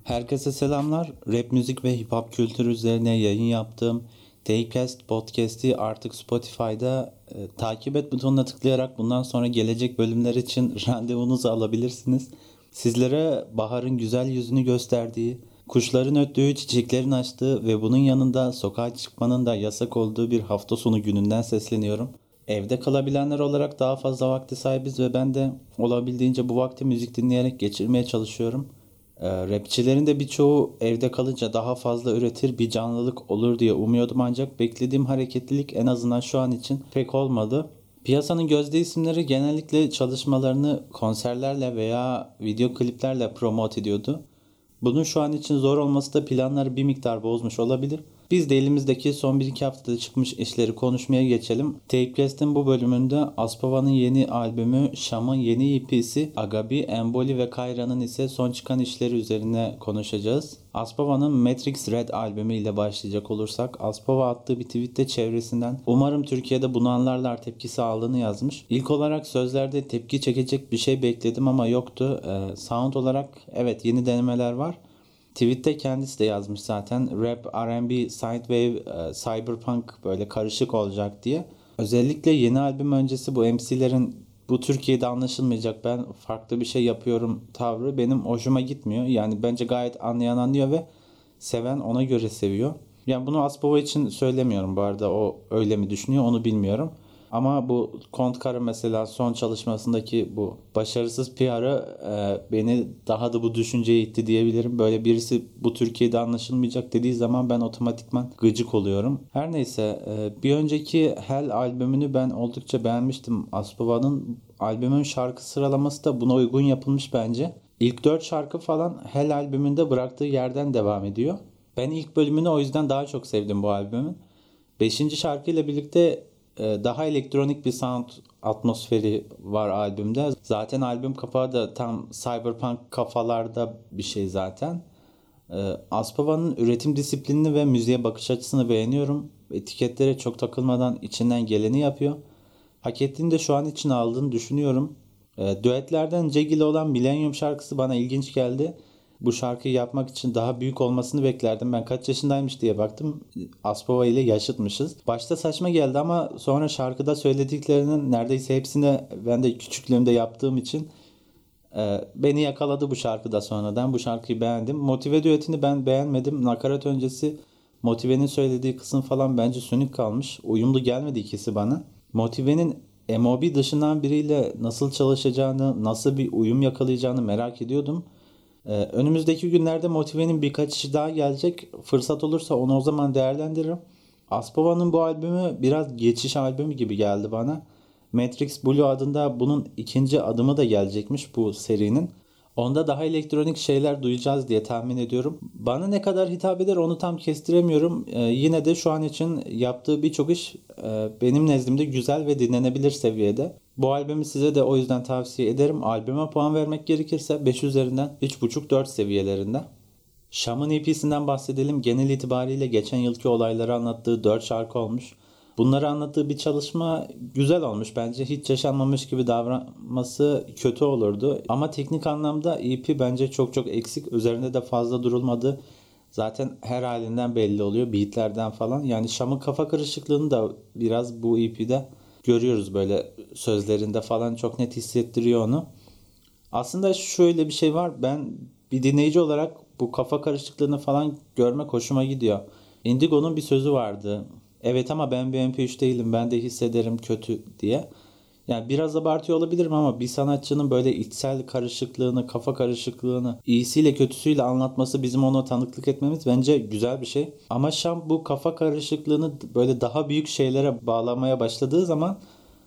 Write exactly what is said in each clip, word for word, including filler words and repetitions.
Herkese selamlar. Rap müzik ve hip hop kültürü üzerine yayın yaptığım Tapecast podcast'i artık Spotify'da e, takip et butonuna tıklayarak bundan sonra gelecek bölümler için randevunuzu alabilirsiniz. Sizlere baharın güzel yüzünü gösterdiği, kuşların öttüğü, çiçeklerin açtığı ve bunun yanında sokağa çıkmanın da yasak olduğu bir hafta sonu gününden sesleniyorum. Evde kalabilenler olarak daha fazla vakti sahibiz ve ben de olabildiğince bu vakti müzik dinleyerek geçirmeye çalışıyorum. Ee, rapçilerin de birçoğu evde kalınca daha fazla üretir bir canlılık olur diye umuyordum ancak beklediğim hareketlilik en azından şu an için pek olmadı. Piyasanın gözde isimleri genellikle çalışmalarını konserlerle veya video kliplerle promote ediyordu. Bunun şu an için zor olması da planları bir miktar bozmuş olabilir. Biz de elimizdeki son bir iki haftada çıkmış işleri konuşmaya geçelim. Tapecast'in bu bölümünde Aspava'nın yeni albümü, Şam'ın yeni E P'si, Agabi, Emboli ve Kayra'nın ise son çıkan işleri üzerine konuşacağız. Aspava'nın Matrix Red albümü ile başlayacak olursak, Aspava attığı bir tweette çevresinden "Umarım Türkiye'de bunu anlarlar" tepkisi aldığını yazmış. İlk olarak sözlerde tepki çekecek bir şey bekledim ama yoktu. Ee, sound olarak evet yeni denemeler var. Tweet'te kendisi de yazmış zaten. Rap, R and B, Sidewave, e, Cyberpunk böyle karışık olacak diye. Özellikle yeni albüm öncesi bu M C'lerin bu Türkiye'de anlaşılmayacak, ben farklı bir şey yapıyorum tavrı benim hoşuma gitmiyor. Yani bence gayet anlayan anlıyor ve seven ona göre seviyor. Yani bunu Aspava için söylemiyorum bu arada, o öyle mi düşünüyor onu bilmiyorum. Ama bu Kontkara mesela son çalışmasındaki bu başarısız P R'ı e, beni daha da bu düşünceye itti diyebilirim. Böyle birisi bu Türkiye'de anlaşılmayacak dediği zaman ben otomatikman gıcık oluyorum. Her neyse, e, bir önceki Hell albümünü ben oldukça beğenmiştim. Aspava'nın albümün şarkı sıralaması da buna uygun yapılmış bence. İlk dört şarkı falan Hell albümünde bıraktığı yerden devam ediyor. Ben ilk bölümünü o yüzden daha çok sevdim bu albümün. Beşinci şarkıyla birlikte e, daha elektronik bir sound atmosferi var albümde. Zaten albüm kapağı da tam cyberpunk kafalarda bir şey zaten. E, Aspava'nın üretim disiplinini ve müziğe bakış açısını beğeniyorum. Etiketlere çok takılmadan içinden geleni yapıyor. Hak ettiğini de şu an için aldığını düşünüyorum. E, düetlerden Ceg ile olan Millennium şarkısı bana ilginç geldi. Bu şarkıyı yapmak için daha büyük olmasını beklerdim. Ben kaç yaşındaymış diye baktım. Aspava ile yaşıtmışız. Başta saçma geldi ama sonra şarkıda söylediklerinin neredeyse hepsini ben de küçüklüğümde yaptığım için e, beni yakaladı bu şarkıda sonradan. Bu şarkıyı beğendim. Motive düetini ben beğenmedim. Nakarat öncesi Motive'nin söylediği kısım falan bence sönük kalmış. Uyumlu gelmedi ikisi bana. Motive'nin M O B dışından biriyle nasıl çalışacağını, nasıl bir uyum yakalayacağını merak ediyordum. Ee, önümüzdeki günlerde Motive'nin birkaç işi daha gelecek. Fırsat olursa onu o zaman değerlendiririm. Aspava'nın bu albümü biraz geçiş albümü gibi geldi bana. Matrix Blue adında bunun ikinci adımı da gelecekmiş bu serinin. Onda daha elektronik şeyler duyacağız diye tahmin ediyorum. Bana ne kadar hitap eder onu tam kestiremiyorum. Ee, yine de şu an için yaptığı birçok iş e, benim nezdimde güzel ve dinlenebilir seviyede. Bu albümü size de o yüzden tavsiye ederim. Albüme puan vermek gerekirse beş üzerinden üç buçuk dört seviyelerinde. Şam'ın E P'sinden bahsedelim. Genel itibariyle geçen yılki olayları anlattığı dört şarkı olmuş. Bunları anlattığı bir çalışma güzel olmuş. Bence hiç yaşanmamış gibi davranması kötü olurdu. Ama teknik anlamda E P bence çok çok eksik. Üzerinde de fazla durulmadı. Zaten her halinden belli oluyor. Beatlerden falan. Yani Şam'ın kafa karışıklığını da biraz bu E P'de görüyoruz, böyle sözlerinde falan çok net hissettiriyor onu. Aslında şöyle bir şey var. Ben bir dinleyici olarak bu kafa karışıklığını falan görmek hoşuma gidiyor. Indigo'nun bir sözü vardı. Evet ama ben bir M P üç değilim. Ben de hissederim kötü diye. Yani biraz abartıyor olabilirim ama bir sanatçının böyle içsel karışıklığını, kafa karışıklığını iyisiyle kötüsüyle anlatması, bizim ona tanıklık etmemiz bence güzel bir şey. Ama Şam bu kafa karışıklığını böyle daha büyük şeylere bağlamaya başladığı zaman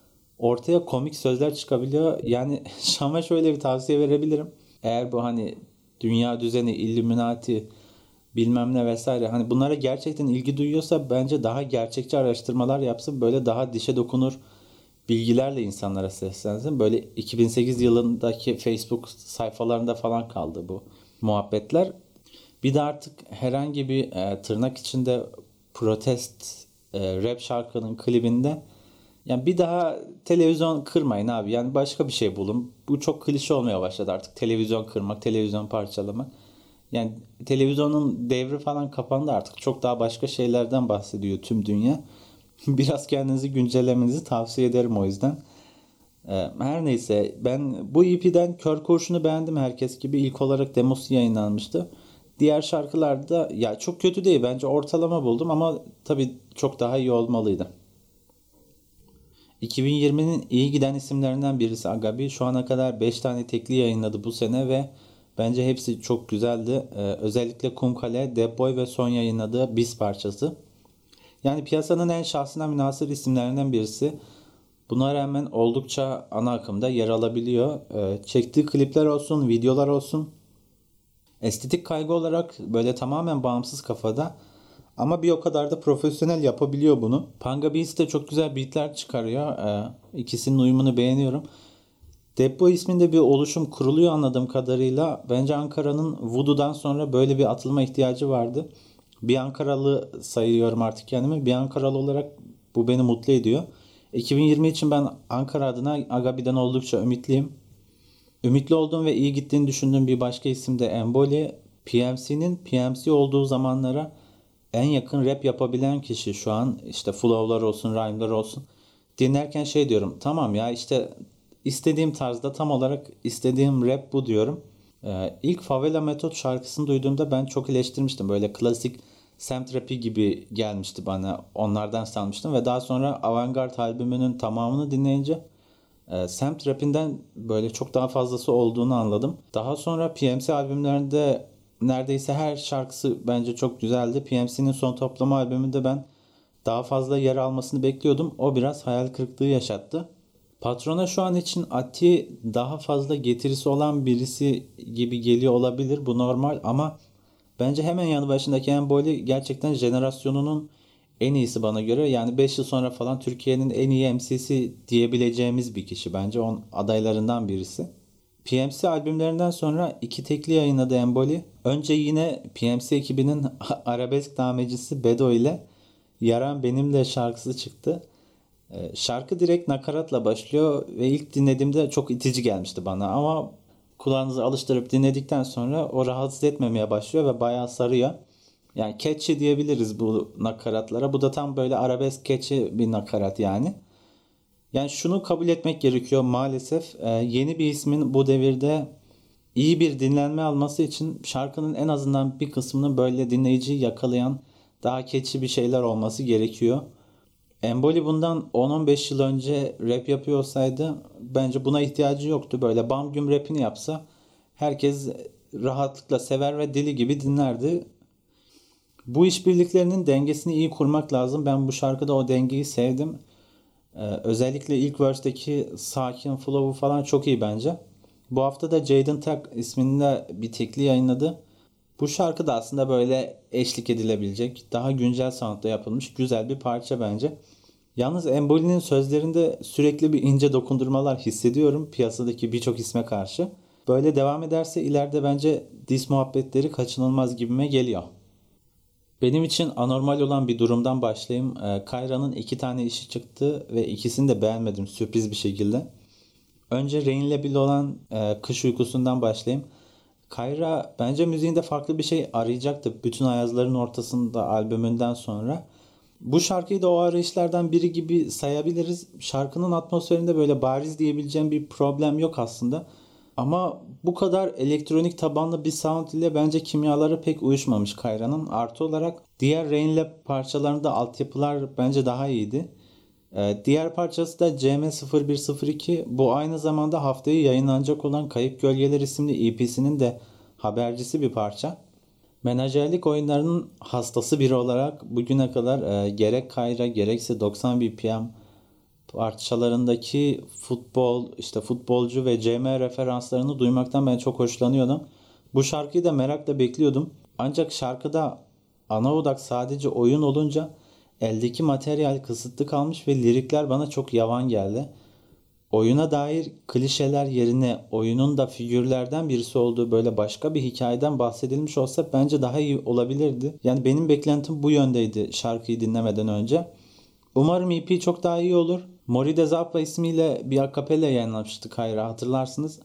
ortaya komik sözler çıkabiliyor. Yani Şam'a şöyle bir tavsiye verebilirim. Eğer bu hani dünya düzeni, Illuminati bilmem ne vesaire, hani bunlara gerçekten ilgi duyuyorsa bence daha gerçekçi araştırmalar yapsın. Böyle daha dişe dokunur bilgilerle insanlara seslensin. Böyle iki bin sekiz yılındaki Facebook sayfalarında falan kaldı bu muhabbetler. Bir de artık herhangi bir e, tırnak içinde protest e, rap şarkının klibinde, yani bir daha televizyon kırmayın abi. Yani başka bir şey bulun. Bu çok klişe olmaya başladı artık. Televizyon kırmak, televizyon parçalamak. Yani televizyonun devri falan kapandı artık. Çok daha başka şeylerden bahsediyor tüm dünya. Biraz kendinizi güncellemenizi tavsiye ederim o yüzden. Ee, Her neyse ben bu E P'den Kör Kurşun'u beğendim herkes gibi. İlk olarak demosu yayınlanmıştı. Diğer şarkılarda ya çok kötü değil bence ortalama buldum ama tabii çok daha iyi olmalıydı. iki bin yirminin iyi giden isimlerinden birisi Agabi. Şu ana kadar beş tane tekli yayınladı bu sene ve bence hepsi çok güzeldi. Ee, özellikle Kumkale, Deb Boy ve son yayınladığı Biz parçası. Yani piyasanın en şahsına münhasır isimlerinden birisi. Buna rağmen oldukça ana akımda yer alabiliyor. Ee, çektiği klipler olsun, videolar olsun. Estetik kaygı olarak böyle tamamen bağımsız kafada. Ama bir o kadar da profesyonel yapabiliyor bunu. Panga Beats de çok güzel beatler çıkarıyor. Ee, ikisinin uyumunu beğeniyorum. Deppo isminde bir oluşum kuruluyor anladığım kadarıyla. Bence Ankara'nın Voodoo'dan sonra böyle bir atılma ihtiyacı vardı. Bir Ankaralı sayıyorum artık kendimi. Bir Ankaralı olarak bu beni mutlu ediyor. iki bin yirmi için ben Ankara adına Agabi'den oldukça ümitliyim. Ümitli olduğum ve iyi gittiğini düşündüğüm bir başka isim de Emboli. P M C'nin P M C olduğu zamanlara en yakın rap yapabilen kişi şu an. İşte flow'lar olsun, rhyme'lar olsun. Dinlerken şey diyorum. Tamam ya işte istediğim tarzda tam olarak istediğim rap bu diyorum. Ee, ilk Favela Method şarkısını duyduğumda ben çok eleştirmiştim. Böyle klasik semt rapi gibi gelmişti bana. Onlardan sanmıştım ve daha sonra Avantgarde albümünün tamamını dinleyince e, semt rapinden böyle çok daha fazlası olduğunu anladım. Daha sonra P M C albümlerinde neredeyse her şarkısı bence çok güzeldi. P M C'nin son toplama albümünde ben daha fazla yer almasını bekliyordum. O biraz hayal kırıklığı yaşattı. Patrona şu an için Ati daha fazla getirisi olan birisi gibi geliyor olabilir. Bu normal ama bence hemen yanı başındaki Emboli gerçekten jenerasyonunun en iyisi bana göre. Yani beş yıl sonra falan Türkiye'nin en iyi M C'si diyebileceğimiz bir kişi. Bence onun adaylarından birisi. P M C albümlerinden sonra iki tekli yayınladı Emboli. Önce yine P M C ekibinin arabesk damecisi Bedo ile Yaran Benimle şarkısı çıktı. Ee, Şarkı direkt nakaratla başlıyor ve ilk dinlediğimde çok itici gelmişti bana ama kulağınızı alıştırıp dinledikten sonra o rahatsız etmemeye başlıyor ve bayağı sarıyor. Yani catchy diyebiliriz bu nakaratlara. Bu da tam böyle arabesk catchy bir nakarat yani. Yani şunu kabul etmek gerekiyor maalesef. Ee, yeni bir ismin bu devirde iyi bir dinlenme alması için şarkının en azından bir kısmının böyle dinleyiciyi yakalayan daha catchy bir şeyler olması gerekiyor. Emboli bundan on on beş yıl önce rap yapıyor olsaydı bence buna ihtiyacı yoktu. Böyle bam güm rapini yapsa herkes rahatlıkla sever ve deli gibi dinlerdi. Bu işbirliklerinin dengesini iyi kurmak lazım. Ben bu şarkıda o dengeyi sevdim. Ee, özellikle ilk verse'deki sakin flow'u falan çok iyi bence. Bu hafta da Jaden Tak isminde bir tekli yayınladı. Bu şarkı da aslında böyle eşlik edilebilecek, daha güncel soundda yapılmış güzel bir parça bence. Yalnız Emboli'nin sözlerinde sürekli bir ince dokundurmalar hissediyorum piyasadaki birçok isme karşı. Böyle devam ederse ileride bence diss muhabbetleri kaçınılmaz gibime geliyor. Benim için anormal olan bir durumdan başlayayım. Ee, Kayra'nın iki tane işi çıktı ve ikisini de beğenmedim sürpriz bir şekilde. Önce Rain Label olan e, Kış Uykusu'ndan başlayayım. Kayra bence müziğinde farklı bir şey arayacaktı bütün ayazların ortasında albümünden sonra. Bu şarkıyı da o arayışlardan biri gibi sayabiliriz. Şarkının atmosferinde böyle bariz diyebileceğim bir problem yok aslında. Ama bu kadar elektronik tabanlı bir sound ile bence kimyaları pek uyuşmamış Kayra'nın. Artı olarak diğer Rain Lab parçalarında altyapılar bence daha iyiydi. Ee, diğer parçası da C M sıfır bir sıfır iki. Bu aynı zamanda haftaya yayınlanacak olan Kayıp Gölgeler isimli E P'sinin de habercisi bir parça. Menajerlik oyunlarının hastası biri olarak bugüne kadar e, gerek Kayra gerekse doksan B P M parçalarındaki futbol, işte futbolcu ve C M referanslarını duymaktan ben çok hoşlanıyordum. Bu şarkıyı da merakla bekliyordum. Ancak şarkıda ana odak sadece oyun olunca eldeki materyal kısıtlı kalmış ve lirikler bana çok yavan geldi. Oyuna dair klişeler yerine oyunun da figürlerden birisi olduğu böyle başka bir hikayeden bahsedilmiş olsa bence daha iyi olabilirdi. Yani benim beklentim bu yöndeydi şarkıyı dinlemeden önce. Umarım E P çok daha iyi olur. Mori de Zappa ismiyle bir akapella yayınlamıştı Kayra hatırlarsınız.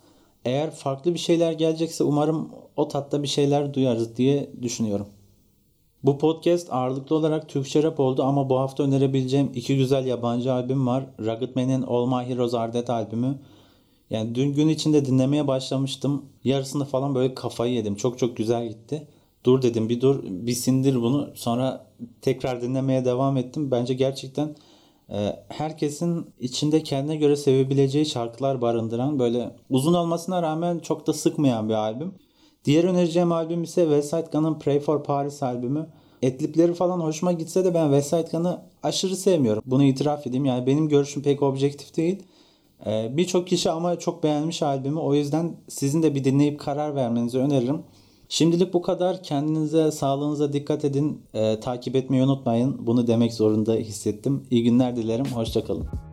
Eğer farklı bir şeyler gelecekse umarım o tatta bir şeyler duyarız diye düşünüyorum. Bu podcast ağırlıklı olarak Türkçe rap oldu ama bu hafta önerebileceğim iki güzel yabancı albüm var. Rugged Man'in All My Heroes Are Dead albümü. Yani dün gün içinde dinlemeye başlamıştım. Yarısında falan böyle kafayı yedim. Çok çok güzel gitti. Dur dedim, bir dur, bir sindir bunu. Sonra tekrar dinlemeye devam ettim. Bence gerçekten e, herkesin içinde kendine göre sevebileceği şarkılar barındıran, böyle uzun olmasına rağmen çok da sıkmayan bir albüm. Diğer önereceğim albüm ise West Side Gun'ın Pray for Paris albümü. Etlikleri falan hoşuma gitse de ben West Side Gun'ı aşırı sevmiyorum. Bunu itiraf edeyim. Yani benim görüşüm pek objektif değil. Ee, Birçok kişi ama çok beğenmiş albümü. O yüzden sizin de bir dinleyip karar vermenizi öneririm. Şimdilik bu kadar. Kendinize, sağlığınıza dikkat edin. Ee, takip etmeyi unutmayın. Bunu demek zorunda hissettim. İyi günler dilerim. Hoşça kalın.